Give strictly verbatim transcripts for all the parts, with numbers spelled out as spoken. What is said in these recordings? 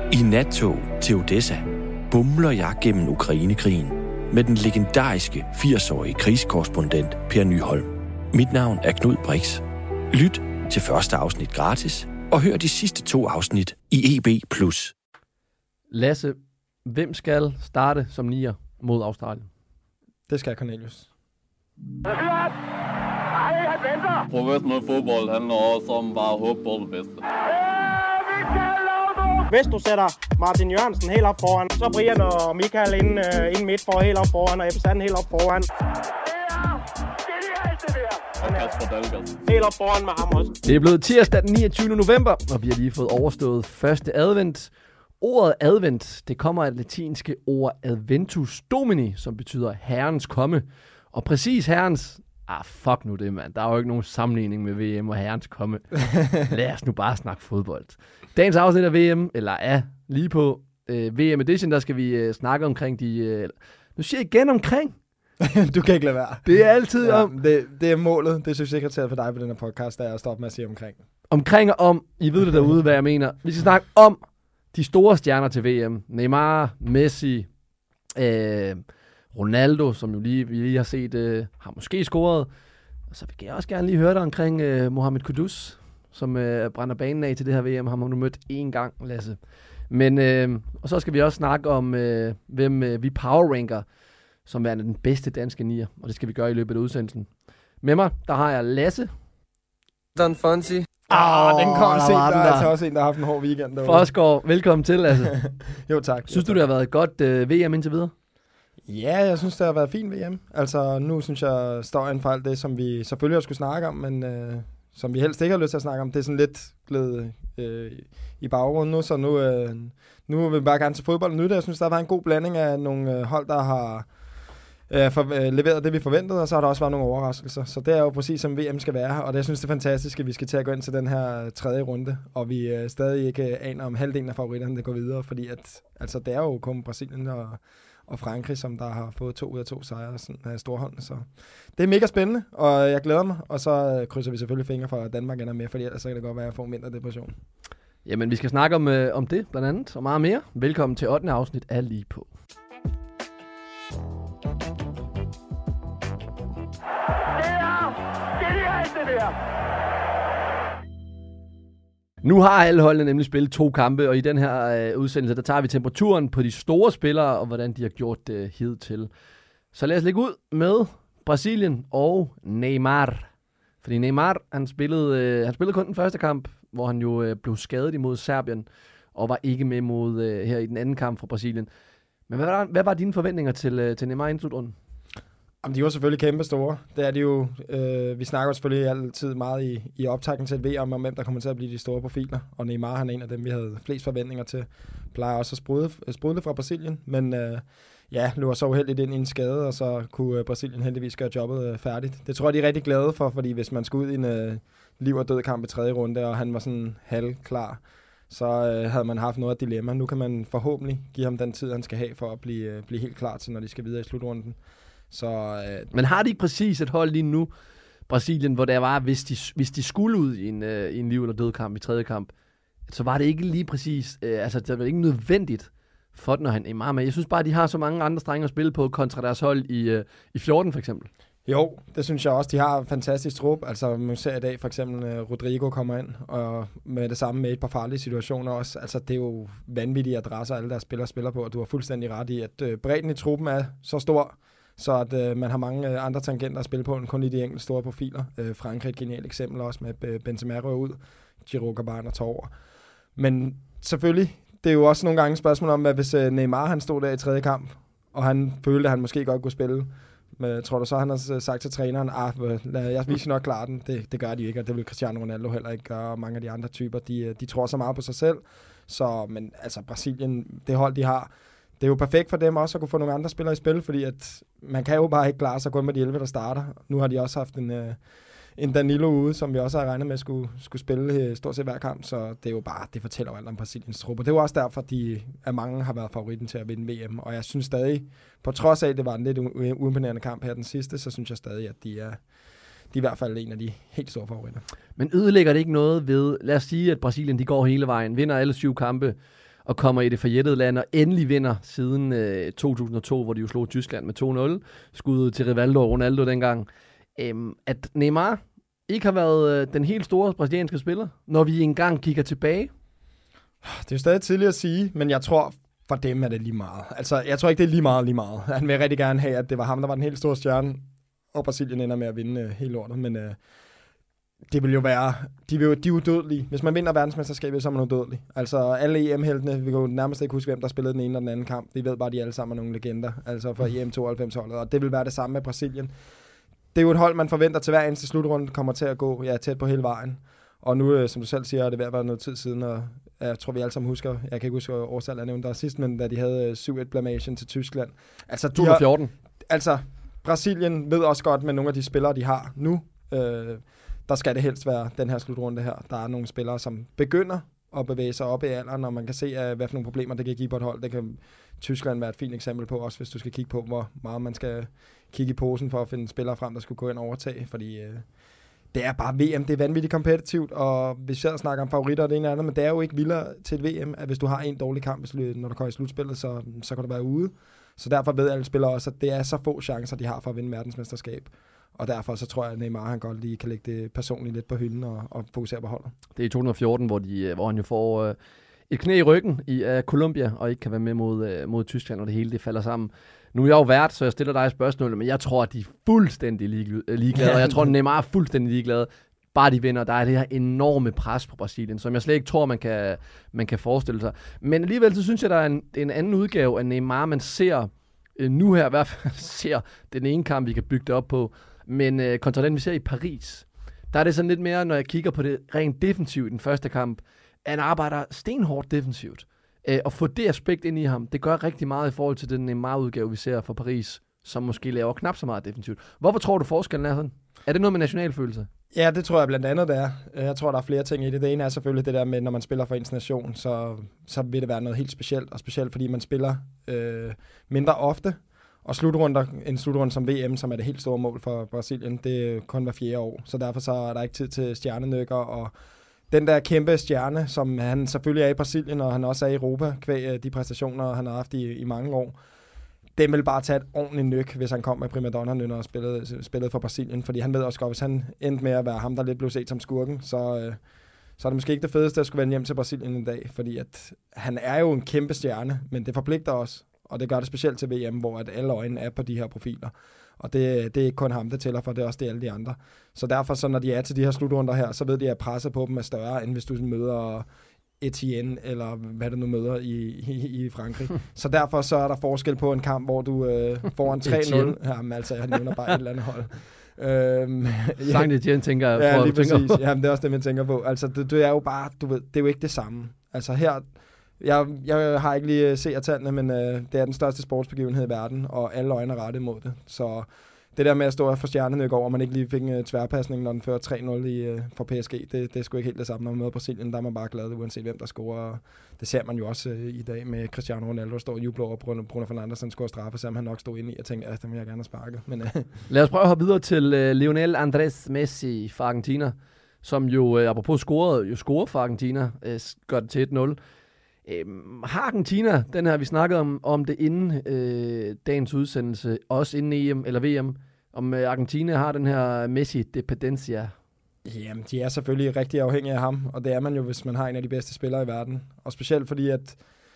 I nattog til Odessa bumler jeg gennem Ukrainekrigen med den legendariske firs-årige krigskorrespondent Per Nyholm. Mit navn er Knud Brix. Lyt til første afsnit gratis, og hør de sidste to afsnit i E B plus. Lasse, hvem skal starte som nier mod Australien? Det skal Cornelius. Professionel fodbold handler også om bare at håbe på det bedste. Hvis du sætter Martin Jørgensen helt op foran, så Brian og Michael inden, uh, inden midt for helt op foran, og Ebbe Sand helt op foran. Og Kasper Dahlgaard. Helt op foran med ham også. Det er blevet tirsdag den niogtyvende november, og vi har lige fået overstået første advent. Ordet advent, det kommer af det latinske ord adventus domini, som betyder herrens komme. Og præcis herrens... Ah, fuck nu det, mand. Der er jo ikke nogen sammenligning med V M og herrens komme. Lad os nu bare snakke fodbold. Dagens afsnit af V M, eller er lige på øh, V M Edition, der skal vi øh, snakke omkring de... Øh, nu siger jeg igen omkring. Du kan ikke lade være. Det er altid ja, om... Det, det er målet. Det er succeskriteriet for dig på den her podcast, der er at stoppe med at sige omkring. Omkring og om. I ved det derude, hvad jeg mener. Vi skal snakke om de store stjerner til V M. Neymar, Messi, øh, Ronaldo, som jo lige, vi lige har set, øh, har måske scoret. Og så vil jeg også gerne lige høre dig omkring øh, Mohamed Kudus, som øh, brænder banen af til det her V M. Ham har du mødt én gang, Lasse. Men, øh, og så skal vi også snakke om, øh, hvem øh, vi powerranker, som er den bedste danske nier. Og det skal vi gøre i løbet af udsendelsen. Med mig, der har jeg Lasse. Don Fonsi. Åh, oh, den kom der sent. var Der den er der. altså også en, der har haft en hård weekend. Forsgaard, velkommen til, Lasse. Jo, tak. Synes jo, du, tak. det har været et godt øh, V M indtil videre? Ja, jeg synes, det har været fint V M. Altså, nu synes jeg, står en for alt det, som vi selvfølgelig har skulle snakke om, men øh, som vi helst ikke har lyst til at snakke om. Det er sådan lidt glæde øh, i baggrunden nu, så nu, øh, nu vil vi bare gerne til fodbold nu. Jeg synes, der har været en god blanding af nogle øh, hold, der har øh, for, øh, leveret det, vi forventede, og så har der også været nogle overraskelser. Så det er jo præcis som V M skal være, og det jeg synes, det er fantastisk, at vi skal til at gå ind til den her tredje runde, og vi øh, stadig ikke aner om halvdelen af favoritterne, der går videre, fordi at, altså, det er jo kun Brasilien og og Frankrig, som der har fået to ud af to sejre sådan af storhånd. Så det er mega spændende, og jeg glæder mig. Og så krydser vi selvfølgelig fingre for, at Danmark ender med, fordi ellers så kan det godt være, at jeg får mindre depression. Jamen, vi skal snakke om, øh, om det, blandt andet, og meget mere. Velkommen til ottende afsnit af Lige på. Det er genialt, det der! Nu har alle holdene nemlig spillet to kampe, og i den her øh, udsendelse, der tager vi temperaturen på de store spillere, og hvordan de har gjort det øh, hidtil. Så lad os lægge ud med Brasilien og Neymar. Fordi Neymar, han spillede, øh, han spillede kun den første kamp, hvor han jo øh, blev skadet imod Serbien, og var ikke med mod øh, her i den anden kamp fra Brasilien. Men hvad var, hvad var dine forventninger til, øh, til Neymar i slutrunden? Jamen, de var selvfølgelig kæmpe store. Det er de jo. Øh, vi snakker selvfølgelig altid meget i, i optakten til et V M om, hvem der kommer til at blive de store profiler. Og Neymar, han er en af dem, vi havde flest forventninger til. Plejer også at sprudle, sprudle fra Brasilien. Men øh, ja, løber så uheldigt ind i en skade, og så kunne Brasilien heldigvis gøre jobbet øh, færdigt. Det tror jeg, de er rigtig glade for, fordi hvis man skulle ud i en øh, liv- og død kamp i tredje runde, og han var sådan halvklar, så øh, havde man haft noget af dilemma. Nu kan man forhåbentlig give ham den tid, han skal have for at blive, øh, blive helt klar til, når de skal videre i slutrunden. Så, øh, Men har de ikke præcis et hold lige nu, Brasilien, hvor der var, hvis de, hvis de skulle ud i en, øh, i en liv- eller død kamp, i tredje kamp, så var det ikke lige præcis, øh, altså det var ikke nødvendigt for den, når han er meget med. Jeg synes bare, de har så mange andre strenge at spille på, kontra deres hold i, øh, i fjorten for eksempel. Jo, det synes jeg også. De har en fantastisk trup. Altså, man ser i dag for eksempel, uh, Rodrigo kommer ind, og med det samme med et par farlige situationer også. Altså, det er jo vanvittige adresser, alle deres spillere spiller på, og du har fuldstændig ret i, at uh, bredden i truppen er så stor, så at øh, man har mange øh, andre tangenter at spille på, end kun i de enkelte store profiler. Øh, Frankrig er et genialt eksempel også med øh, Benzema rører ud, Giroud går bare og tager over. Men selvfølgelig, det er jo også nogle gange et spørgsmål om, at hvis øh, Neymar han stod der i tredje kamp, og han følte, at han måske godt kunne spille, men tror du så, han har sagt til træneren, at jeg vi skal nok klare den. Det, det gør de ikke, og det vil Cristiano Ronaldo heller ikke gøre, og mange af de andre typer, de, de tror så meget på sig selv. Så, men altså Brasilien, det hold, de har, det er jo perfekt for dem også at kunne få nogle andre spillere i spil, fordi at man kan jo bare ikke klare sig kun med de elleve, der starter. Nu har de også haft en, uh, en Danilo ude, som vi også har regnet med skulle, skulle spille stort set hver kamp, så det er jo bare, det fortæller jo alt om Brasiliens trup. Og det er jo også derfor, de af mange har været favoritten til at vinde V M, og jeg synes stadig, på trods af, at det var en lidt uimponerende kamp her den sidste, så synes jeg stadig, at de er, de er i hvert fald en af de helt store favoritter. Men ødelægger det ikke noget ved, lad os sige, at Brasilien de går hele vejen, vinder alle syv kampe, og kommer i det forjættede land og endelig vinder siden øh, to tusind og to, hvor de jo slog Tyskland med to nul. Skuddet til Rivaldo og Ronaldo dengang. Øhm, at Neymar ikke har været øh, den helt store brasilianske spiller, når vi engang kigger tilbage. Det er jo stadig tidligt at sige, men jeg tror, for dem er det lige meget. Altså, jeg tror ikke, det er lige meget lige meget. Han vil rigtig gerne have, at det var ham, der var den helt store stjerne, og Brasilien ender med at vinde øh, hele lortet, men øh, det vil jo være, de, vil jo, de er udødelige. Hvis man vinder verdensmesterskabet, så er man udødelig. Altså, alle E M-heltene, vi kan jo nærmest ikke huske, hvem der spillede den ene og den anden kamp. Vi ved bare, at de alle sammen er nogle legender, altså for E M tooghalvfems-holdet, og det vil være det samme med Brasilien. Det er jo et hold, man forventer til hver eneste slutrunde kommer til at gå ja, tæt på hele vejen. Og nu, som du selv siger, er det ved at være noget tid siden, og jeg tror, vi alle sammen husker, jeg kan ikke huske årsaget, jeg nævnte der sidst, men da de havde syv et blamagen til Tyskland. Altså, to tusind og fjorten. Altså, Brasilien ved også godt med nogle af de spillere, de har nu, øh, der skal det helst være den her slutrunde her. Der er nogle spillere, som begynder at bevæge sig op i alderen, og man kan se, hvad for nogle problemer det kan give på et hold. Det kan Tyskland være et fint eksempel på, også hvis du skal kigge på, hvor meget man skal kigge i posen for at finde spillere frem, der skulle gå ind og overtage, fordi øh, det er bare V M, det er vanvittigt kompetitivt, og hvis jeg snakker om favoritter og det ene eller andet, men det er jo ikke vildere til et V M, at hvis du har en dårlig kamp, når du kommer i slutspillet, så, så kan du være ude. Så derfor ved alle spillere også, at det er så få chancer, de har for at vinde verdensmesterskab. Og derfor så tror jeg, at Neymar han godt lige kan lægge det personligt lidt på hylden og, og fokusere på holdet. Det er i to tusind og fjorten, hvor, de, hvor han jo får øh, et knæ i ryggen i uh, Colombia, og ikke kan være med mod, uh, mod Tyskland, og det hele det falder sammen. Nu er jeg jo vært, så jeg stiller dig et spørgsmål, men jeg tror, at de er fuldstændig ligeglade, og jeg tror, at Neymar er fuldstændig ligeglade. Bare de vinder, der er det her enorme pres på Brasilien, som jeg slet ikke tror, man kan, man kan forestille sig. Men alligevel så synes jeg, der er en, en anden udgave af Neymar, man ser øh, nu her, i hvert fald ser den ene kamp, vi kan bygge det op på, men øh, kontra den, vi ser i Paris, der er det sådan lidt mere, når jeg kigger på det rent defensivt i den første kamp, at han arbejder stenhårdt defensivt. Øh, og få det aspekt ind i ham, det gør rigtig meget i forhold til den Neymar-udgave, vi ser fra Paris, som måske laver knap så meget defensivt. Hvorfor tror du, forskellen er sådan? Er det noget med nationalfølelse? Ja, det tror jeg blandt andet, det er. Jeg tror, der er flere ting i det. Det ene er selvfølgelig det der med, når man spiller for ens nation, så, så vil det være noget helt specielt, og specielt fordi man spiller øh, mindre ofte. Og slutrunder, en slutrunde som V M, som er det helt store mål for Brasilien, det er kun hver fjerde år. Så derfor så er der ikke tid til stjernenykker, og den der kæmpe stjerne, som han selvfølgelig er i Brasilien, og han også er i Europa, kvæg de præstationer, han har haft i, i mange år, det vil bare tage et ordentligt nyk, hvis han kom med primadonna og spillede, spillede for Brasilien. Fordi han ved også godt, hvis han endte med at være ham, der lidt blev set som skurken, så, øh, så er det måske ikke det fedeste at skulle vende hjem til Brasilien en dag. Fordi at han er jo en kæmpe stjerne, men det forpligter os. Og det gør det specielt til V M, hvor at alle øjnene er på de her profiler. Og det, det er ikke kun ham, det tæller for, det er også det alle de andre. Så derfor, så når de er til de her slutrunder her, så ved de, at presset på dem er større, end hvis du møder Etienne, eller hvad du nu møder i, i, i Frankrig. Så derfor så er der forskel på en kamp, hvor du øh, får en tre nul. Jamen altså, jeg nævner bare et eller andet hold. Øhm, Sankt Etienne, tænker jeg. Ja, lige præcis. Jamen, det er også det, man tænker på. Altså, det, det er jo bare, du ved, det er jo ikke det samme. Altså her, jeg, jeg har ikke lige set tallene, men øh, det er den største sportsbegivenhed i verden, og alle øjne er rettet mod det. Så det der med at stå for stjernenyk over, og man ikke lige fik en uh, tværpasning, når den fører tre nul i, uh, for P S G, det, det er sgu ikke helt det samme. Når man møder Brasilien, der er man bare glad, uanset hvem der scorer. Det ser man jo også uh, i dag med Cristiano Ronaldo, der står og jubler over Bruno, Bruno Fernandes, han scorer straffe, selvom han nok stod inde i og tænkte, at det vil jeg gerne have sparket. Men, uh. Lad os prøve at hoppe videre til uh, Lionel Andrés Messi fra Argentina, som jo, uh, apropos scorede, jo scorer for Argentina, uh, gør det til et nul. Øhm, har Argentina, den her, vi snakkede om, om det inden øh, dagens udsendelse, også inden E M eller V M, om øh, Argentina har den her Messi-dependencia? Jamen, de er selvfølgelig rigtig afhængige af ham, og det er man jo, hvis man har en af de bedste spillere i verden. Og specielt fordi, at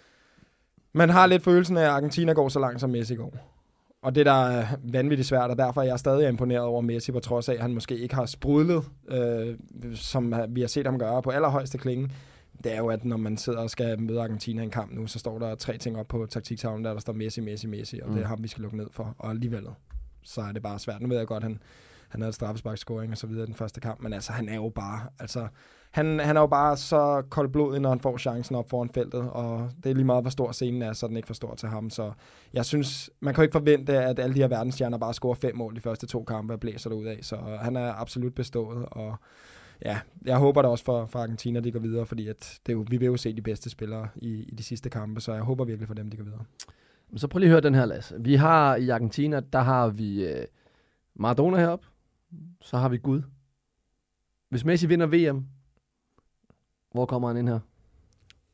man har lidt følelsen af, at Argentina går så langt, som Messi går. Og det der er vanvittigt svært, og derfor er jeg stadig imponeret over Messi, på trods af, at han måske ikke har sprudlet, øh, som vi har set ham gøre på allerhøjeste klinge. Det er jo, at når man sidder og skal møde Argentina i en kamp nu, så står der tre ting op på taktiktavlen, der der står Messi, Messi, Messi, og mm. det er ham, vi skal lukke ned for. Og alligevel, så er det bare svært. Nu ved jeg godt, han, han havde straffesparkscoring og så videre i den første kamp, men altså, han er jo bare, altså, han, han er jo bare så koldblodig, når han får chancen op foran feltet, og det er lige meget, hvor stor scenen er, så den ikke for stor til ham. Så jeg synes, man kan jo ikke forvente, at alle de her verdensstjerner bare scorer fem mål de første to kampe og blæser det ud af, så han er absolut bestået, og ja, jeg håber da også for, for Argentina, de går videre, fordi at det jo, vi vil jo se de bedste spillere i, i de sidste kampe, så jeg håber virkelig for dem, de går videre. Så prøv lige at høre den her, Lasse. Vi har i Argentina, der har vi øh, Maradona heroppe, så har vi Gud. Hvis Messi vinder V M, hvor kommer han ind her?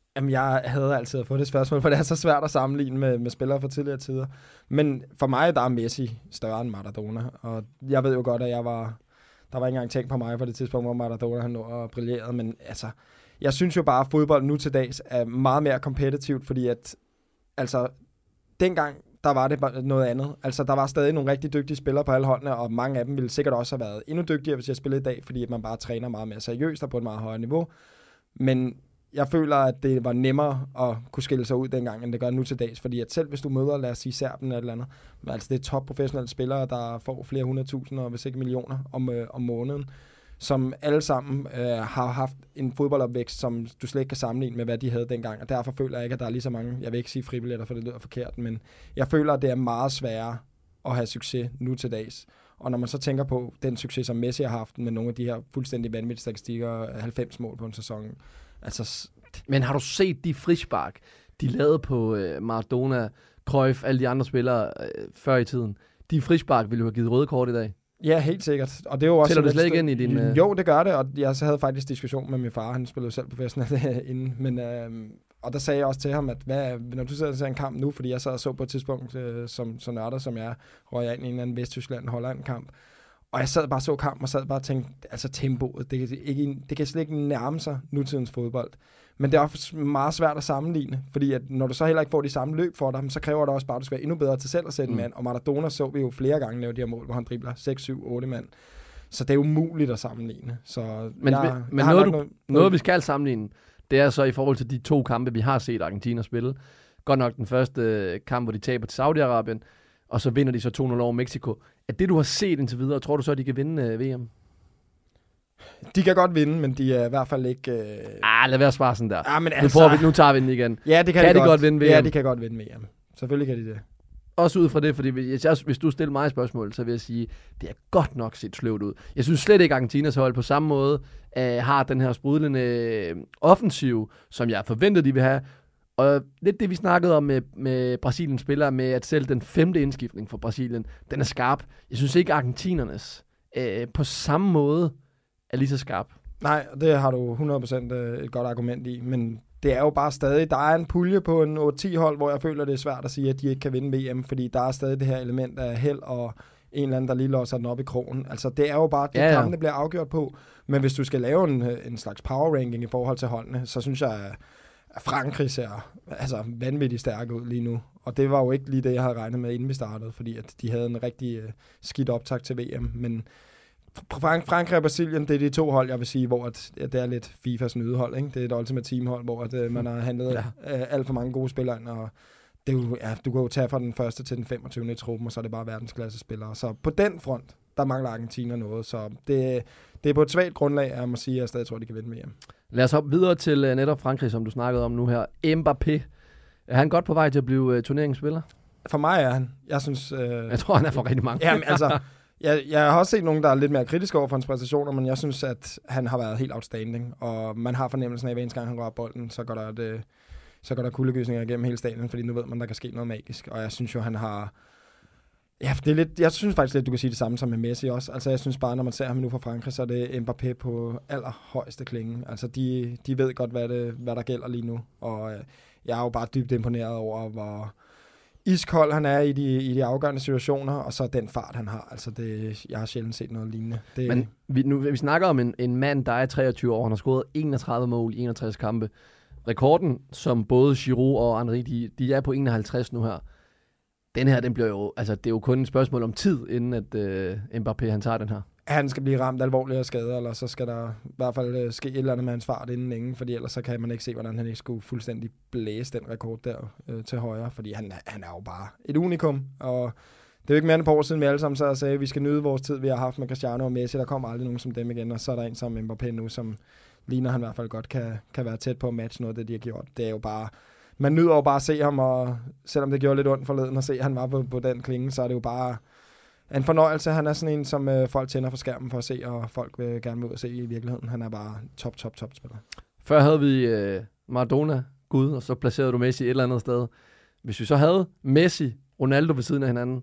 Jamen, jeg havde altid fået det spørgsmål, for det er så svært at sammenligne med, med spillere fra tidligere tider. Men for mig, der er Messi større end Maradona. Og jeg ved jo godt, at jeg var... Der var ikke engang tænkt på mig på det tidspunkt, hvor Maradona han lå og brillerede. Men altså, jeg synes jo bare, at fodbold nu til dags er meget mere kompetitivt, fordi at... Altså, dengang, der var det noget andet. Altså, der var stadig nogle rigtig dygtige spillere på alle holdene, og mange af dem ville sikkert også have været endnu dygtigere, hvis jeg spillede i dag, fordi man bare træner meget mere seriøst og på et meget højere niveau. Men jeg føler, at det var nemmere at kunne skille sig ud dengang, end det gør nu til dags. Fordi at selv hvis du møder, lad os sige, Serben eller eller andet, altså det er top professionelle spillere, der får flere hundredtusinder, hvis ikke millioner om, øh, om måneden, som alle sammen øh, har haft en fodboldopvækst, som du slet ikke kan sammenligne med, hvad de havde dengang. Og derfor føler jeg ikke, at der er lige så mange, jeg vil ikke sige fribilletter, for det lyder forkert, men jeg føler, at det er meget sværere at have succes nu til dags. Og når man så tænker på den succes, som Messi har haft med nogle af de her fuldstændig vanvittige statistikker, halvfems mål på en sæson. Altså, men har du set de frispark, de lavede på øh, Maradona, Cruyff, alle de andre spillere øh, før i tiden? De frispark ville jo have givet røde kort i dag. Ja, helt sikkert. Og det er jo også tæller det slet ikke ind i din... Uh... Jo, det gør det, og jeg så havde faktisk diskussion med min far, han spillede selv professionelt inden, men, øh, og der sagde jeg også til ham, at hvad, når du sidder og ser en kamp nu, fordi jeg sad og så på et tidspunkt, øh, som, så nørder som jeg, røg jeg ind i en eller anden Vesttyskland-Holland-kamp, og jeg sad bare og så kampen, og sad bare og tænkte, altså tempoet, det, ikke, det kan slet ikke nærme sig nutidens fodbold. Men det er også meget svært at sammenligne, fordi at når du så heller ikke får de samme løb for dig, så kræver det også bare, at du skal være endnu bedre til selv at sætte mm. en mand. Og Maradona så vi jo flere gange lave de her mål, hvor han dribler seks, syv, otte mand. Så det er umuligt at sammenligne. Så men jeg, men jeg noget, du, noget, noget, vi skal sammenligne, det er så i forhold til de to kampe, vi har set Argentina spille. Godt nok den første kamp, hvor de taber til Saudi-Arabien, og så vinder de så to nul over Mexico. Er det, du har set indtil videre, tror du så, at de kan vinde uh, V M? De kan godt vinde, men de er i hvert fald ikke... Øh... Ah, lad være at svare sådan der. Ah, men altså... nu, vi, nu tager vi den igen. Ja, det kan, kan de, de godt. godt vinde V M? Ja, de kan godt vinde V M. Selvfølgelig kan de det. Også ud fra det, fordi hvis, jeg, hvis du stiller mig et spørgsmål, så vil jeg sige, det er godt nok set sløvt ud. Jeg synes slet ikke, Argentinas hold på samme måde øh, har den her sprudlende øh, offensiv, som jeg forventede, de vil have. Og lidt det, vi snakkede om med, med Brasiliens spillere, med at selv den femte indskiftning for Brasilien, den er skarp. Jeg synes ikke, Argentinernes øh, på samme måde er lige så skarp. Nej, det har du hundrede procent et godt argument i, men det er jo bare stadig, der er en pulje på en otte ti hold, hvor jeg føler, det er svært at sige, at de ikke kan vinde V M, fordi der er stadig det her element af held og en eller anden, der lige låser den op i krogen. Altså, det er jo bare, det ja, ja. kampen, det bliver afgjort på, men hvis du skal lave en, en slags power ranking i forhold til holdene, så synes jeg, at Frankrig ser altså, vanvittigt stærk ud lige nu, og det var jo ikke lige det, jeg havde regnet med, inden vi startede, fordi at de havde en rigtig uh, skidt optakt til V M, men Frank- Frankrig og Brasilien, det er de to hold, jeg vil sige, hvor at, at det er lidt FIFAs nydehold, ikke? Det er et ultimate teamhold, hvor at, uh, man har handlet ja. uh, alt for mange gode spillere ind, og det er jo, ja, du kan jo tage fra den første til den femogtyvende i truppen, og så er det bare verdensklasse spillere. Så på den front, der mangler Argentina noget, så det, det er på et svagt grundlag, jeg må sige, at jeg stadig tror, de kan vinde V M. Lad os hoppe videre til uh, netop Frankrig, som du snakkede om nu her. Mbappé, er han godt på vej til at blive uh, turneringsspiller? For mig er han. Jeg synes... Uh, jeg tror, han er for rigtig mange. Jamen, altså... Jeg, jeg har også set nogen, der er lidt mere kritiske over for hans præstationer, men jeg synes, at han har været helt outstanding, og man har fornemmelsen af, at hver eneste gang han rører bolden, så går der, det, så går der kuldegysninger igennem hele stadion, fordi nu ved man, der kan ske noget magisk, og jeg synes jo, han har... Ja, det er lidt, jeg synes faktisk lidt, du kan sige det samme som med Messi også. Altså, jeg synes bare, når man ser ham nu fra Frankrig, så er det Mbappé på allerhøjeste klinge. Altså, de, de ved godt, hvad, det, hvad der gælder lige nu, og jeg er jo bare dybt imponeret over, hvor iskold han er i de, i de afgørende situationer, og så den fart, han har. Altså, det, jeg har sjældent set noget lignende. Det, Men vi, nu, vi snakker om en, en mand, der er treogtyve år. Han har scoret enogtredive mål i enogtres kampe. Rekorden, som både Giroud og Henry, de, de er på enoghalvtreds nu her. Den her, den bliver jo, altså, det er jo kun et spørgsmål om tid, inden at øh, Mbappé, han tager den her. Han skal blive ramt alvorligt af skader, eller så skal der i hvert fald øh, ske et eller andet med hans fart inden længe, fordi ellers så kan man ikke se, hvordan han ikke skulle fuldstændig blæse den rekord der øh, til højre, fordi han, han er jo bare et unikum, og det er jo ikke mere end et par år siden, vi alle sammen så sagde, at vi skal nyde vores tid, vi har haft med Cristiano og Messi, der kommer aldrig nogen som dem igen, og så er der en som Mbappé nu, som ligner han i hvert fald godt kan, kan være tæt på at matche noget af det, de har gjort. Det er jo bare, man nyder jo bare at se ham, og selvom det gjorde lidt ondt forleden at se, at han var på, på den klinge, så er det jo bare en fornøjelse. Han er sådan en, som øh, folk tænder for skærmen for at se, og folk vil gerne ud og se i virkeligheden. Han er bare top, top, top spiller. Før havde vi øh, Maradona, Gud, og så placerede du Messi et eller andet sted. Hvis vi så havde Messi, Ronaldo ved siden af hinanden,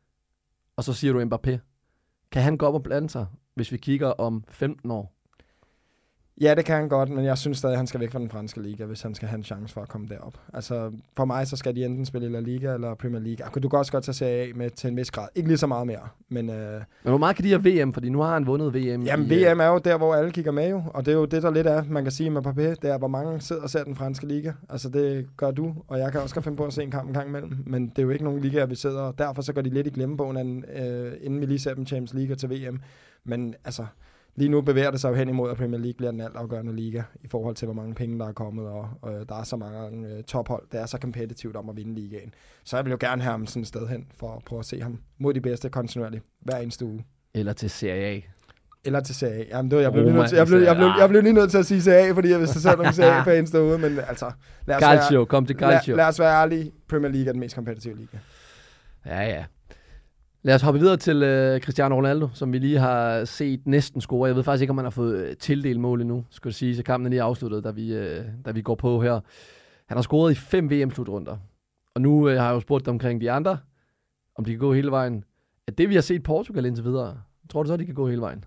og så siger du Mbappé, kan han gå op og blande sig, hvis vi kigger om femten år? Ja, det kan han godt, men jeg synes stadig, at han skal væk fra den franske liga, hvis han skal have en chance for at komme derop. Altså, for mig, så skal de enten spille i La Liga eller Premier League. Du kan også godt tage Serie A med til en vis grad. Ikke lige så meget mere, men... Øh... Men hvor meget kan de have V M? Fordi nu har han vundet V M. Jamen, i, V M er jo der, hvor alle kigger med jo, og det er jo det, der lidt er, man kan sige med Papé, det er, hvor mange sidder og ser den franske liga. Altså, det gør du, og jeg kan også finde på at se en kamp en gang imellem, men det er jo ikke nogen ligaer, vi sidder, og derfor så går de lidt i glemmebogen, øh, inden vi lige ser dem Champions League til V M. Men altså... Lige nu bevæger det sig jo hen imod, at Premier League bliver den altafgørende liga i forhold til, hvor mange penge, der er kommet, og, og der er så mange øh, tophold. Det er så kompetitivt om at vinde ligaen. Så jeg vil jo gerne have ham sådan et sted hen, for at prøve at se ham mod de bedste kontinuerligt hver eneste uge. Eller til Serie A. Eller til Serie A. Jamen, det var, jeg, blev lige nødt til, jeg, blev, jeg, blev, jeg blev lige nødt til at sige Serie A, fordi jeg vidste selv nogle Serie A på eneste uge, men altså... Lad os Calcio, være, kom til Calcio. Lad, lad os være ærlige. Premier League er den mest kompetitive liga. Ja, ja. Lad os hoppe videre til øh, Cristiano Ronaldo, som vi lige har set næsten score. Jeg ved faktisk ikke, om han har fået øh, tildelt mål endnu, skulle jeg sige, så kampen er lige afsluttet, da vi, øh, da vi går på her. Han har scoret i fem V M-slutrunder. Og nu øh, har jeg jo spurgt omkring de andre, om de kan gå hele vejen. At det, vi har set Portugal indtil videre, tror du så, de kan gå hele vejen?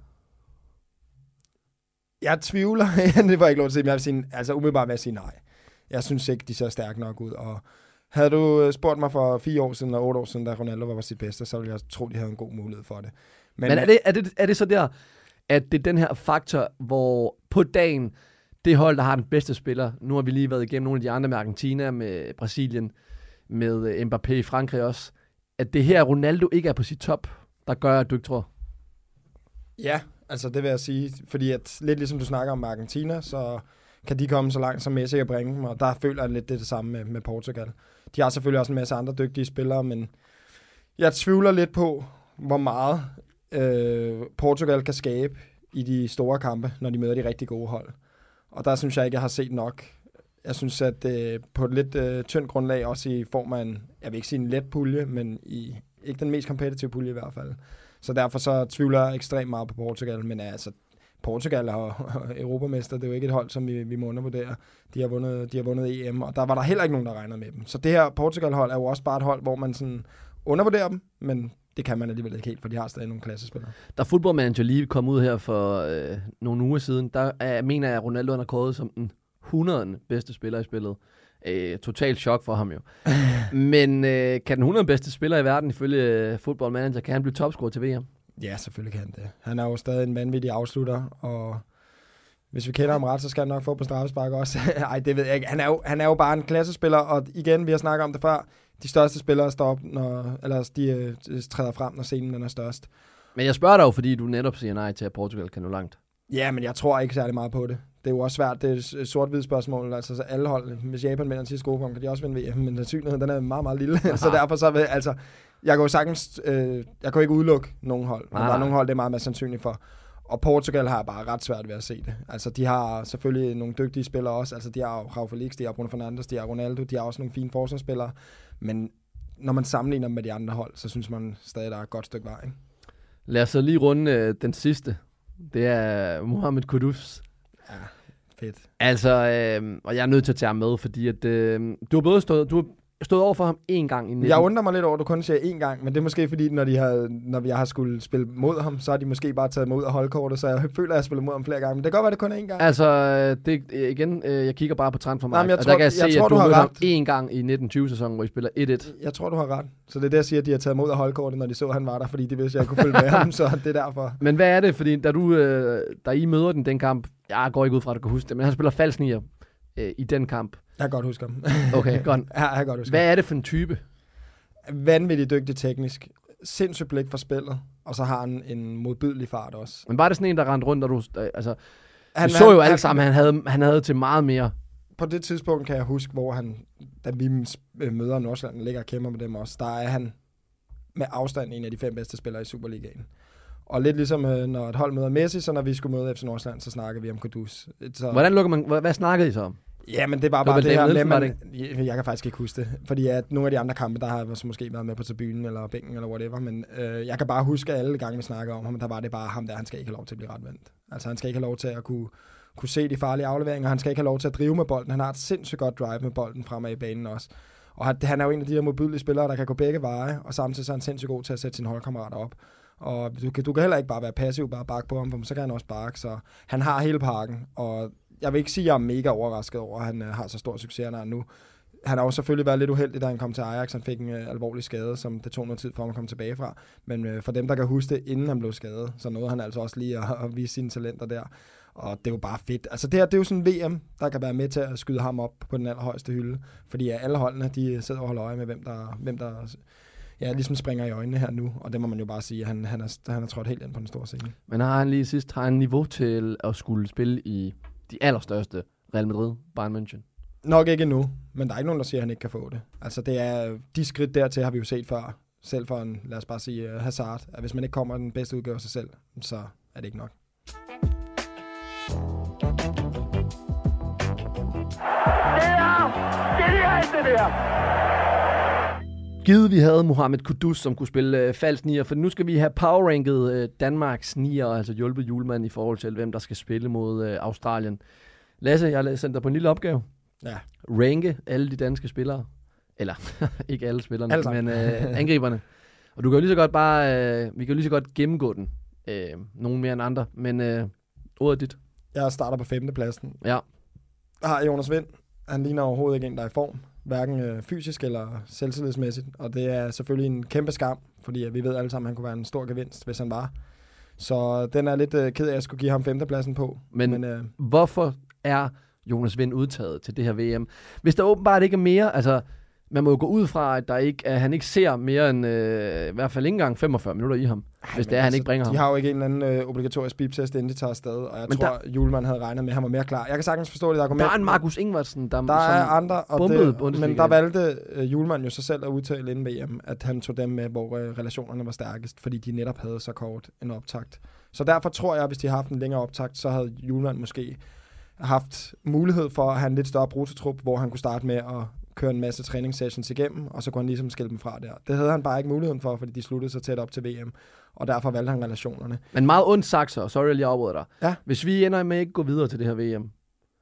Jeg tvivler. Det var ikke lov til at sige, men jeg vil sige, altså umiddelbart vil jeg sige nej. Jeg synes ikke, de ser stærke nok ud, og havde du spurgt mig for fire år siden og otte år siden, da Ronaldo var på sit bedste, så ville jeg tro, de havde en god mulighed for det. Men, Men er, det, er, det, er det så der, at det er den her faktor, hvor på dagen, det hold, der har den bedste spiller, nu har vi lige været igennem nogle af de andre med Argentina, med Brasilien, med Mbappé i Frankrig også, at det her Ronaldo ikke er på sit top, der gør, at du ikke tror? Ja, altså det vil jeg sige, fordi at lidt ligesom du snakker om Argentina, så kan de komme så langt, som Messi kan bringe dem, og der føler jeg lidt det, det samme med, med Portugal. De har selvfølgelig også en masse andre dygtige spillere, men jeg tvivler lidt på, hvor meget øh, Portugal kan skabe i de store kampe, når de møder de rigtig gode hold. Og der synes jeg ikke, jeg har set nok. Jeg synes, at øh, på et lidt øh, tyndt grundlag, også i form af en, jeg vil ikke sige en let pulje, men i, ikke den mest kompetitive pulje i hvert fald. Så derfor så tvivler jeg ekstremt meget på Portugal, men altså Portugal og europamester, det er jo ikke et hold, som vi, vi må undervurdere. De har, vundet, de har vundet E M, og der var der heller ikke nogen, der regnede med dem. Så det her Portugal-hold er jo også bare et hold, hvor man sådan undervurderer dem, men det kan man alligevel ikke helt, for de har stadig nogle klassespillere. Da Football Manager lige kom ud her for øh, nogle uger siden, der er, mener jeg, at Ronaldo er kåret som den hundrede bedste spiller i spillet. Øh, totalt chok for ham jo. Men øh, kan den hundrede bedste spiller i verden ifølge Football Manager, kan han blive topscorer til V M? Ja, selvfølgelig kan han det. Han er jo stadig en vanvittig afslutter, og hvis vi kender ham ret, så skal han nok få på straffespark også. Ej, det ved jeg ikke. Han er, jo, han er jo bare en klassespiller, og igen, vi har snakket om det før, de største spillere står op, når, eller de øh, træder frem, når scenen den er størst. Men jeg spørger dig jo, fordi du netop siger nej til, at Portugal kan nå langt. Ja, men jeg tror ikke særlig meget på det. Det er jo også svært, det er et sort-hvid spørgsmål. Altså, så alle hold, hvis Japan vinder til skolepunkt, kan de også vinde V M, men sandsynligheden, den er meget, meget lille. Så derfor så vil, altså, jeg kan jo sagtens, øh, jeg kan jo ikke udelukke nogen hold, men der er nogle hold, det er meget mere sandsynligt for. Og Portugal har bare ret svært ved at se det. Altså, de har selvfølgelig nogle dygtige spillere også. Altså, de har jo Raul Felix, de har Bruno Fernandes, de har Ronaldo, de har også nogle fine forsvarsspillere. Men når man sammenligner dem med de andre hold, så synes man stadig, der er et godt stykke vej. Ikke? Lad os så lige runde øh, den sidste. Det er Mohamed Kudus. Ja, fedt. Altså, øh, og jeg er nødt til at tage ham med, fordi at, øh, du har både stået, du har stået over for ham én gang i nitten. Jeg undrer mig lidt over, at du kun siger én gang, men det er måske fordi, når, de har, når jeg har skulle spille mod ham, så har de måske bare taget mig ud af holdkortet, så jeg føler, at jeg har spillet mod ham flere gange. Men det kan godt være, det kun er én gang. Altså, det, igen, jeg kigger bare på Transfermarkt, og tror, der kan jeg, jeg se, tror, at du, du har mødte ham én gang i nitten tyve-sæsonen, hvor I spiller et et. Jeg tror, du har ret. Så det er det, jeg siger, at de har taget mig ud af holdkortet, når de så, at han var der, fordi de vidste, at jeg kunne følge med ham, så det er derfor. Men hvad er det? Fordi da, du, øh, da I møder den, den kamp, jeg går ikke ud fra, at du kan huske det, men han spiller falsk nier øh, i den kamp. Jeg kan godt huske ham. Okay, godt. Ja, jeg kan godt huske Hvad er det for en type? Vanvittigt dygtig teknisk. Sindssygt blik for spillet. Og så har han en modbydelig fart også. Men var det sådan en, der rendte rundt, og du... Altså, han, du så jo han, alle sammen, han havde, han havde til meget mere. På det tidspunkt kan jeg huske, hvor han, da vi møder Nordsjælland, ligger og kæmper med dem også, der er han med afstand en af de fem bedste spillere i Superligaen. Og lidt ligesom når et hold møder Messi, så når vi skulle møde F C Nordsjælland, så snakker vi om Kudus. Så... Hvordan lukker man... Hvad, hvad snakkede I så om? Ja, men det var det bare det her Nielsen, med, man, jeg, jeg kan faktisk ikke huske det, fordi at nogle af de andre kampe, der har jeg måske været med på tribunen eller bænken eller whatever, men øh, jeg kan bare huske, at alle gange vi snakker om ham, der var det bare ham der, han skal ikke have lov til at blive retvendt. Altså han skal ikke have lov til at kunne, kunne se de farlige afleveringer, han skal ikke have lov til at drive med bolden, han har et sindssygt godt drive med bolden fremad i banen også. Og han er jo en af de der modbydelige spillere, der kan gå begge veje, og samtidig så er han sindssygt god til at sætte sine holdkammerater op. Og du kan, du kan heller ikke bare være passiv, bare bakke på ham, for så kan han også bakke. Så han har hele pakken, og jeg vil ikke sige, at jeg er mega overrasket over, at han øh, har så stor succes, når han nu. Han har jo selvfølgelig været lidt uheldig, da han kom til Ajax. Han fik en øh, alvorlig skade, som det tog noget tid for ham at komme tilbage fra. Men øh, for dem, der kan huske det, inden han blev skadet, så nåede han altså også lige at, at vise sine talenter der. Og det er jo bare fedt. Altså det her, det er jo sådan en V M, der kan være med til at skyde ham op på den allerhøjeste hylde. Fordi alle holdene, de sidder og holder øje med, hvem der, hvem der ja, ligesom springer i øjnene her nu. Og det må man jo bare sige, at han, han, er, han er trådt helt ind på den store scene. Men har han lige sidst har han niveau til at skulle spille i de allerstørste Real Madrid, Bayern München? Nok ikke endnu, men der er ikke nogen, der siger, at han ikke kan få det. Altså det er, de skridt dertil har vi jo set før. Selv for en, lad os bare sige, uh, Hazard. At hvis man ikke kommer den bedste udgave af sig selv, så er det ikke nok. Det er genialt, det der! Givet vi havde Mohamed Kudus, som kunne spille øh, falsk nier, for nu skal vi have powerranket øh, Danmarks nier, altså hjulpet Hjulmand i forhold til, hvem der skal spille mod øh, Australien. Lasse, jeg har sendt dig på en lille opgave. Ja. Ranke alle de danske spillere. Eller, ikke alle spillerne, alle men øh, angriberne. Og du kan jo lige så godt bare, øh, vi kan jo lige så godt gennemgå den. Øh, nogen mere end andre, men øh, ordet dit. Jeg starter på femtepladsen. Ja. Jeg har Jonas Vind. Han ligner overhovedet ikke en, der er i form. Hverken øh, fysisk eller selvtillidsmæssigt. Og det er selvfølgelig en kæmpe skam, fordi vi ved alle sammen, at han kunne være en stor gevinst, hvis han var. Så den er lidt øh, ked af, at jeg skulle give ham femtepladsen på. Men, men øh, hvorfor er Jonas Vind udtaget til det her V M? Hvis der åbenbart ikke er mere, altså man må jo gå ud fra, at, der ikke, at han ikke ser mere end øh, i hvert fald ikke engang femogfyrre minutter i ham, ej, hvis det er, altså, han ikke bringer de ham. De har jo ikke en eller anden øh, obligatorisk biptest, inden de tager afsted, og jeg men tror, der, Hjulmand havde regnet med, at han var mere klar. Jeg kan sagtens forstå det argument. Der er en Markus Ingvartsen, der, der er som andre, og det, men der valgte øh, Hjulmand jo sig selv at udtale inden V M, at han tog dem med, hvor øh, relationerne var stærkest, fordi de netop havde så kort en optakt. Så derfor tror jeg, at hvis de havde haft en længere optakt, så havde Hjulmand måske haft mulighed for at have en lidt større brutotrup, hvor han kunne starte med at køre en masse træningssessions igennem, og så kunne han ligesom skille dem fra der. Det havde han bare ikke muligheden for, fordi de sluttede så tæt op til V M, og derfor valgte han relationerne. Men meget ondt sagt så, sorry, jeg lige afbryder dig. Ja. Hvis vi ender med at ikke gå videre til det her V M,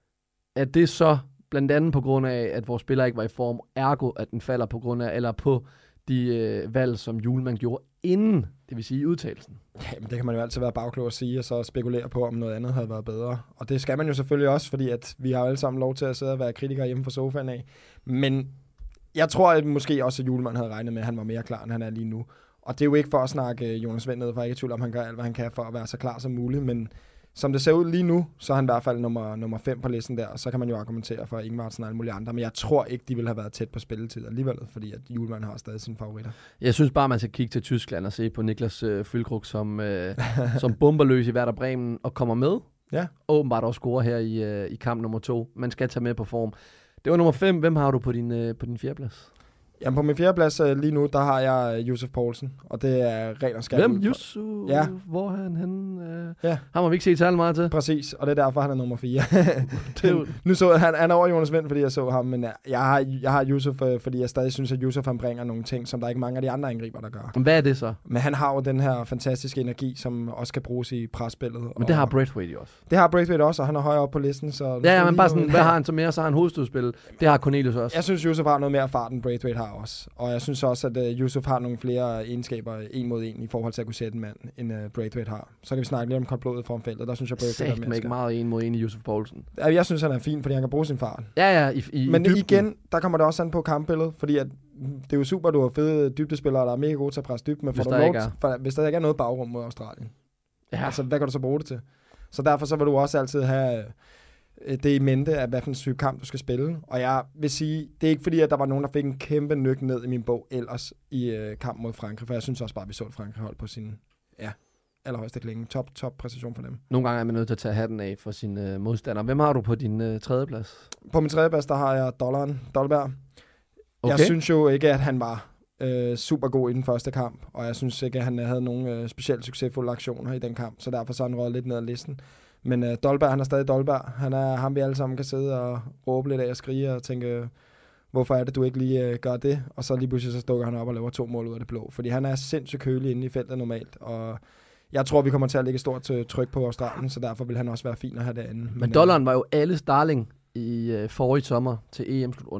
er det så blandt andet på grund af, at vores spiller ikke var i form, ergo at den falder på grund af, eller på de øh, valg, som Hjulmand gjorde inden, det vil sige i udtalelsen? Jamen, det kan man jo altid være bagklog at sige, og så spekulere på, om noget andet havde været bedre. Og det skal man jo selvfølgelig også, fordi at vi har alle sammen lov til at sidde og være kritikere hjemme fra sofaen af. Men jeg tror at måske også, at Hjulmand havde regnet med, at han var mere klar, end han er lige nu. Og det er jo ikke for at snakke Jonas Vind ned, for jeg er ikke i tvivl om, han gør alt, hvad han kan for at være så klar som muligt. Men som det ser ud lige nu, så er han i hvert fald nummer, nummer fem på listen der, og så kan man jo argumentere for Ingvartsen og alle mulige andre. Men jeg tror ikke, de ville have været tæt på spilletid alligevel, fordi at Hjulmand har stadig sine favoritter. Jeg synes bare, man skal kigge til Tyskland og se på Niklas øh, Füllkrug, som, øh, som bomber løs i Werder Bremen og kommer med. Ja. Åbenbart også scorer her i, øh, i kamp nummer to. Man skal tage med på form. Det var nummer fem. Hvem har du på din, øh, på din fjerdeplads? Jamen på min fjerdeplads øh, lige nu, der har jeg øh, Josef Poulsen, og det er ren og skærm. Hvem? Josef? Ja. Hvor er han henne? Øh, ja. Ham har vi ikke set særlig meget til. Præcis, og det er derfor, han er nummer fire. det, nu så han, han er over Jonas Vind, fordi jeg så ham, men jeg har, jeg har Josef, øh, fordi jeg stadig synes, at Josef han bringer nogle ting, som der ikke mange af de andre angriber, der gør. Hvad er det så? Men han har jo den her fantastiske energi, som også kan bruges i presspillet. Men det har Braithwaite jo også. Det har Braithwaite også, og han er højere oppe på listen. Så ja, ja, men bare sådan, hvad har han så mere? Så har han hovedstødspil. Det har Cornelius også. Jeg synes, Josef har noget mere fart, end Braithwaite har også. Og jeg synes også, at uh, Yusuf har nogle flere egenskaber en mod en i forhold til at kunne sætte en mand, end uh, Braithwaite har. Så kan vi snakke lidt om koldblodet foran feltet. Der synes jeg, Braithwaite er mere ikke meget en mod en i Yusuf Poulsen. Ja, jeg synes, han er fin, fordi han kan bruge sin fart. Ja, ja, i, i Men dybden. igen, der kommer det også an på kampbilledet, fordi at, det er jo super, du har fede dybdespillere, der er mega gode til at presse dybt, men hvis, der, lov, for, hvis der ikke er noget bagrum mod Australien, ja. Altså, hvad kan du så bruge det til? Så derfor så vil du også altid have det i mente, af hvad for en type kamp du skal spille. Og jeg vil sige, det er ikke fordi, at der var nogen, der fik en kæmpe nyk ned i min bog ellers i øh, kamp mod Frankrig, for jeg synes også bare, at vi så et Frankrig hold på sin ja, allerhøjeste klinge. Top, top præcision for dem. Nogle gange er man nødt til at tage hatten af for sine øh, modstandere. Hvem har du på din øh, tredje plads? På min tredje plads, der har jeg Dollaren, Dolberg. Okay. Jeg synes jo ikke, at han var øh, super god i den første kamp, og jeg synes ikke, at han havde nogle øh, specielt succesfulde aktioner i den kamp, så derfor så han røget lidt ned ad listen. Men øh, Dolberg, han er stadig Dolberg. Han er ham, vi alle sammen kan sidde og råbe lidt af og skrige og tænke, hvorfor er det, du ikke lige øh, gør det? Og så lige pludselig så stukker han op og laver to mål ud af det blå. Fordi han er sindssygt kølig inde i feltet normalt, og jeg tror, vi kommer til at lægge stort tryk på Australien, så derfor vil han også være fin at have derinde. Men, Men Dollaren var jo alles darling i øh, forrige sommer til E M-slutrunden.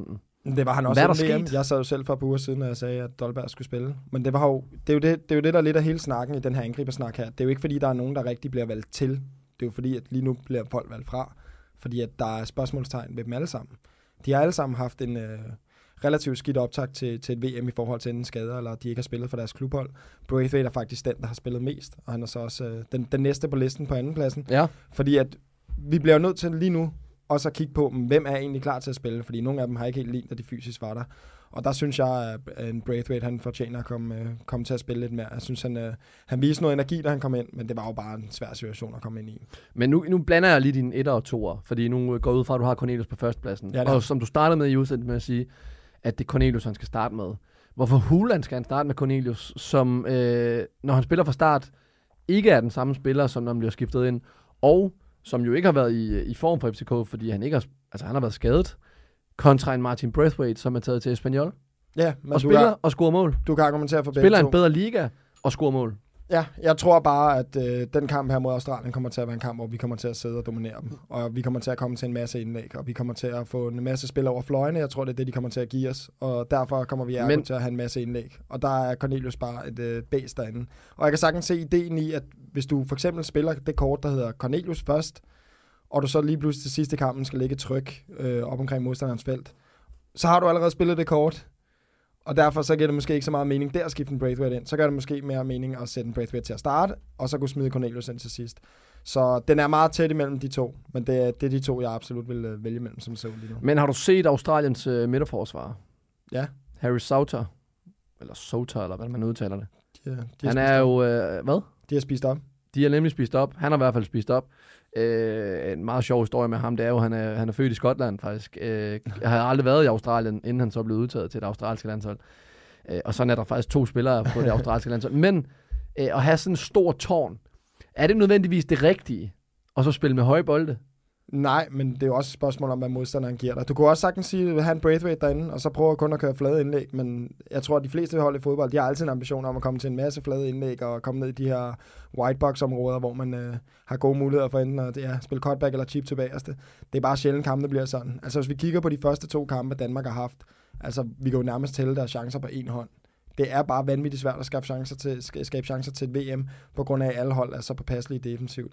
Det var han Hvad er også der i V M. sket? Jeg sad jo selv for et par uger siden, når jeg sagde, at Dolberg skulle spille. Men det, var jo, det, er jo det, det er jo det, der er lidt af hele snakken i den her angribersnak her. Det er jo ikke, fordi der er nogen, der rigtig bliver valgt til. Det er jo fordi, at lige nu bliver folk valgt fra. Fordi at der er spørgsmålstegn ved dem alle sammen. De har alle sammen haft en øh, relativt skidt optakt til, til et V M i forhold til enten skader, eller de ikke har spillet for deres klubhold. Braithwaite er faktisk den, der har spillet mest. Og han er så også øh, den, den næste på listen på andenpladsen. Ja. Fordi at vi bliver nødt til lige nu også at kigge på, hvem er egentlig klar til at spille, fordi nogle af dem har ikke helt lignet, at de fysisk var der. Og der synes jeg, at en Braithwaite, han fortjener at komme, øh, komme til at spille lidt mere. Jeg synes, han, øh, han viste noget energi, da han kom ind, men det var jo bare en svær situation at komme ind i. Men nu, nu blander jeg lige dine etter og toer, fordi nu går jeg ud fra, at du har Cornelius på førstepladsen. Ja, og som du startede med i udsendelsen med at sige, at det er Cornelius, han skal starte med. Hvorfor hulen skal han starte med Cornelius, som øh, når han spiller fra start, ikke er den samme spiller, som når han bliver skiftet ind, og som jo ikke har været i, i form for F C K, fordi han ikke har, altså han har været skadet, kontra en Martin Braithwaite, som er taget til Espanyol, Ja, men og du spiller kan, og scorer mål. du kan argumentere for begge Spiller to. en bedre liga og scorer mål. Ja, jeg tror bare, at øh, den kamp her mod Australien kommer til at være en kamp, hvor vi kommer til at sidde og dominere dem. Og vi kommer til at komme til en masse indlæg, og vi kommer til at få en masse spil over fløjene. Jeg tror, det er det, de kommer til at give os. Og derfor kommer vi Men... til at have en masse indlæg. Og der er Cornelius bare et øh, bæst derinde. Og jeg kan sagtens se ideen i, at hvis du for eksempel spiller det kort, der hedder Cornelius først, og du så lige pludselig til sidste kampen skal lægge tryk øh, op omkring modstanderens felt, så har du allerede spillet det kort. Og derfor så giver det måske ikke så meget mening der at skifte en Braithwaite ind. Så gør det måske mere mening at sætte en Braithwaite til at starte, og så kunne smide Cornelius ind til sidst. Så den er meget tæt imellem de to, men det er, det er de to, jeg absolut vil uh, vælge mellem, som så lige nu. Men har du set Australiens uh, midterforsvar? Ja. Harry Sauter, eller Sauter, eller hvad man udtaler det. De, de Han er jo, uh, hvad? De har spist op. De har nemlig spist op. Han har i hvert fald spist op. Øh, en meget sjov historie med ham, det er jo, han er, han er født i Skotland faktisk. Øh, jeg har aldrig været i Australien, inden han så blev udtaget til det australske landshold. Øh, og sådan er der faktisk to spillere på det australske landshold. Men øh, at have sådan en stor tårn, er det nødvendigvis det rigtige? Og så spille med høje bolde? Nej, men det er jo også et spørgsmål om, hvad modstanderen giver dig. Du kunne også sagtens sige, at have en Braithwaite derinde, og så prøve kun at køre flade indlæg, men jeg tror, at de fleste hold i fodbold, de har altid en ambition om at komme til en masse flade indlæg, og komme ned i de her whitebox-områder, hvor man øh, har gode muligheder for enten at ja, spille cutback eller chip til bagerste. Det er bare sjældent kampe, der bliver sådan. Altså hvis vi kigger på de første to kampe, Danmark har haft, altså vi kan jo nærmest tælle deres chancer på en hånd. Det er bare vanvittigt svært at skabe chancer til, skabe chancer til et V M, på grund af, at alle hold er så påpasselige defensivt.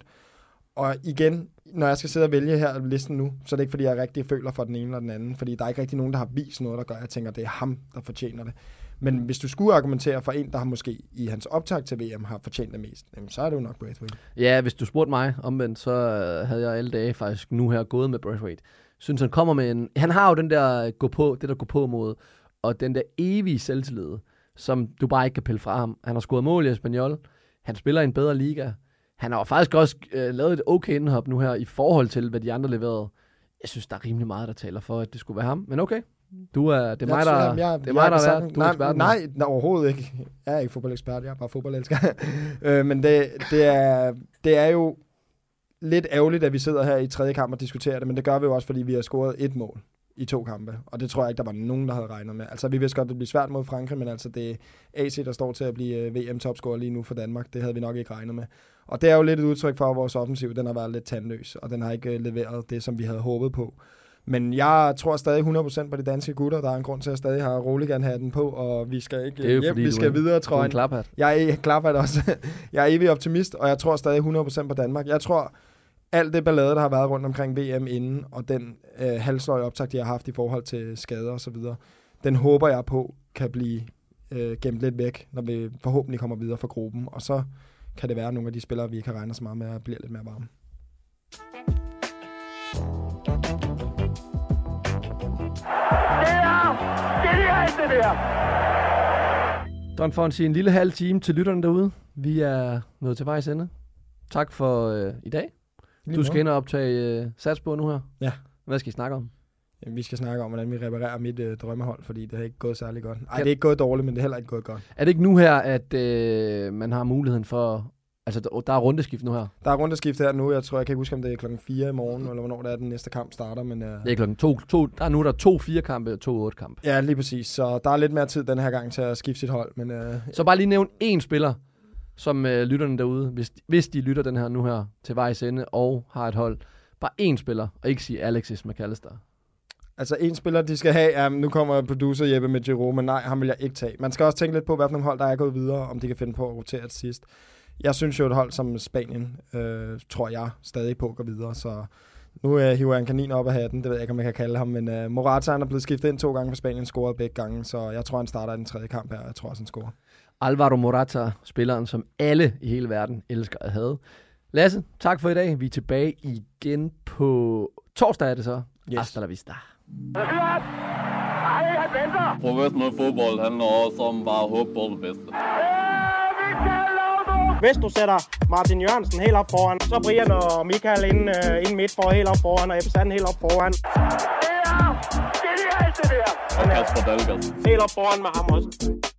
Og igen, når jeg skal sidde og vælge her listen nu, så er det ikke, fordi jeg rigtig føler for den ene eller den anden, fordi der er ikke rigtig nogen, der har vist noget, der gør, at jeg tænker, at det er ham, der fortjener det. Men hvis du skulle argumentere for en, der har måske i hans optag til V M har fortjent det mest, så er det jo nok Braithwaite. Ja, hvis du spurgte mig omvendt, så havde jeg alle dage faktisk nu her gået med Braithwaite. Synes han kommer med en... Han har jo den der gå på, det der gå på mod, og den der evige selvtillid, som du bare ikke kan pille fra ham. Han har scoret mål i Espanyol. Han spiller i en bedre liga. Han har faktisk også øh, lavet et okay indhop nu her i forhold til, hvad de andre leverede. Jeg synes, der er rimelig meget, der taler for, at det skulle være ham. Men okay, du er, det er mig, der, jeg, jeg, det er mig, der er sagt, du er nej, nej, nej, overhovedet ikke. Jeg er ikke fodboldekspert, jeg er bare fodboldelsker. øh, men det, det, er, det er jo lidt ærgerligt, at vi sidder her i tredje kamp og diskuterer det, men det gør vi jo også, fordi vi har scoret et mål i to kampe, og det tror jeg ikke, der var nogen, der havde regnet med. Altså, vi vidste godt, det bliver svært mod Frankrig, men altså, det er A C, der står til at blive V M-topscorer lige nu for Danmark. Det havde vi nok ikke regnet med. Og det er jo lidt et udtryk for, at vores offensiv, den har været lidt tandløs, og den har ikke leveret det, som vi havde håbet på. Men jeg tror stadig hundrede procent på de danske gutter. Der er en grund til, at jeg stadig har Roligan-hatten på, og vi skal ikke hjem, fordi, vi skal er, videre, tror jeg. Klaphat. Jeg er klaphat også. Jeg er evig optimist, og jeg tror stadig hundrede procent på Danmark. Jeg tror, alt det ballade, der har været rundt omkring V M inden, og den øh, halvsløje optag, de har haft i forhold til skader og så videre, den håber jeg på kan blive øh, gemt lidt væk, når vi forhåbentlig kommer videre fra gruppen. Og så kan det være, at nogle af de spillere, vi ikke har regnet så meget med, bliver lidt mere varme. Det er genialt, det der! Don Fonsi, en lille halv time til lytterne derude. Vi er nået til vejs ende. Tak for øh, i dag. Lige du skal ind og optage øh, Salzburg nu her. Ja. Hvad skal I snakke om? Jamen, vi skal snakke om, hvordan vi reparerer mit øh, drømmehold, fordi det har ikke gået særlig godt. Ej, det er ikke gået dårligt, men det er heller ikke gået godt. Er det ikke nu her, at øh, man har muligheden for... Altså, der, der er rundeskift nu her? Der er rundeskift her nu. Jeg tror, jeg kan ikke huske, om det er klokken fire i morgen, eller hvornår det er, den næste kamp starter. Men, øh... det er klokken to. to der er nu der er to fire kampe og to otte kampe. Ja, lige præcis. Så der er lidt mere tid den her gang til at skifte sit hold. Men, øh... Så bare lige nævn én spiller, som øh, lytterne derude, hvis, hvis de lytter den her nu her til vejs ende og har et hold. Bare én spiller, og ikke sige Alexis McAllister. Altså en spiller, de skal have, ja, nu kommer producer Jeppe med Giroud, men nej, ham vil jeg ikke tage. Man skal også tænke lidt på, hvad for nogle hold, der er gået videre, om de kan finde på at rotere til sidst. Jeg synes jo, et hold som Spanien, øh, tror jeg, stadig på går videre, så nu øh, hiver jeg en kanin op af hatten, det ved jeg ikke, om jeg kan kalde ham, men øh, Morata han er blevet skiftet ind to gange for Spanien, scoret begge gange, så jeg tror, han starter i den tredje kamp her, og jeg tror også, han scorer. Alvaro Morata, spilleren, som alle i hele verden elsker at have. Lasse, tak for i dag. Vi er tilbage igen på torsdag, er det så? Yes. Hasta la vista. Professionel fodbold handler også om bare at håbe på det bedste. Hvis du sætter Martin Jørgensen helt op foran, så Brian og Michael ind, uh, ind midt for helt op foran, og Ebbe Sand helt op foran. Det er genialt, det der! Og Kasper Dahlgaard. Helt op foran med ham også.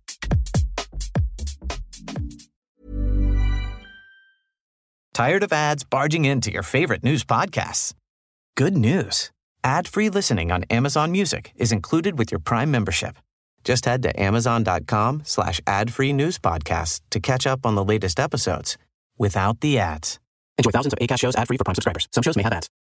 Tired of ads barging into your favorite news podcasts? Good news. Ad-free listening on Amazon Music is included with your Prime membership. Just head to amazon.com slash ad-free news podcasts to catch up on the latest episodes without the ads. Enjoy thousands of Acast shows ad-free for Prime subscribers. Some shows may have ads.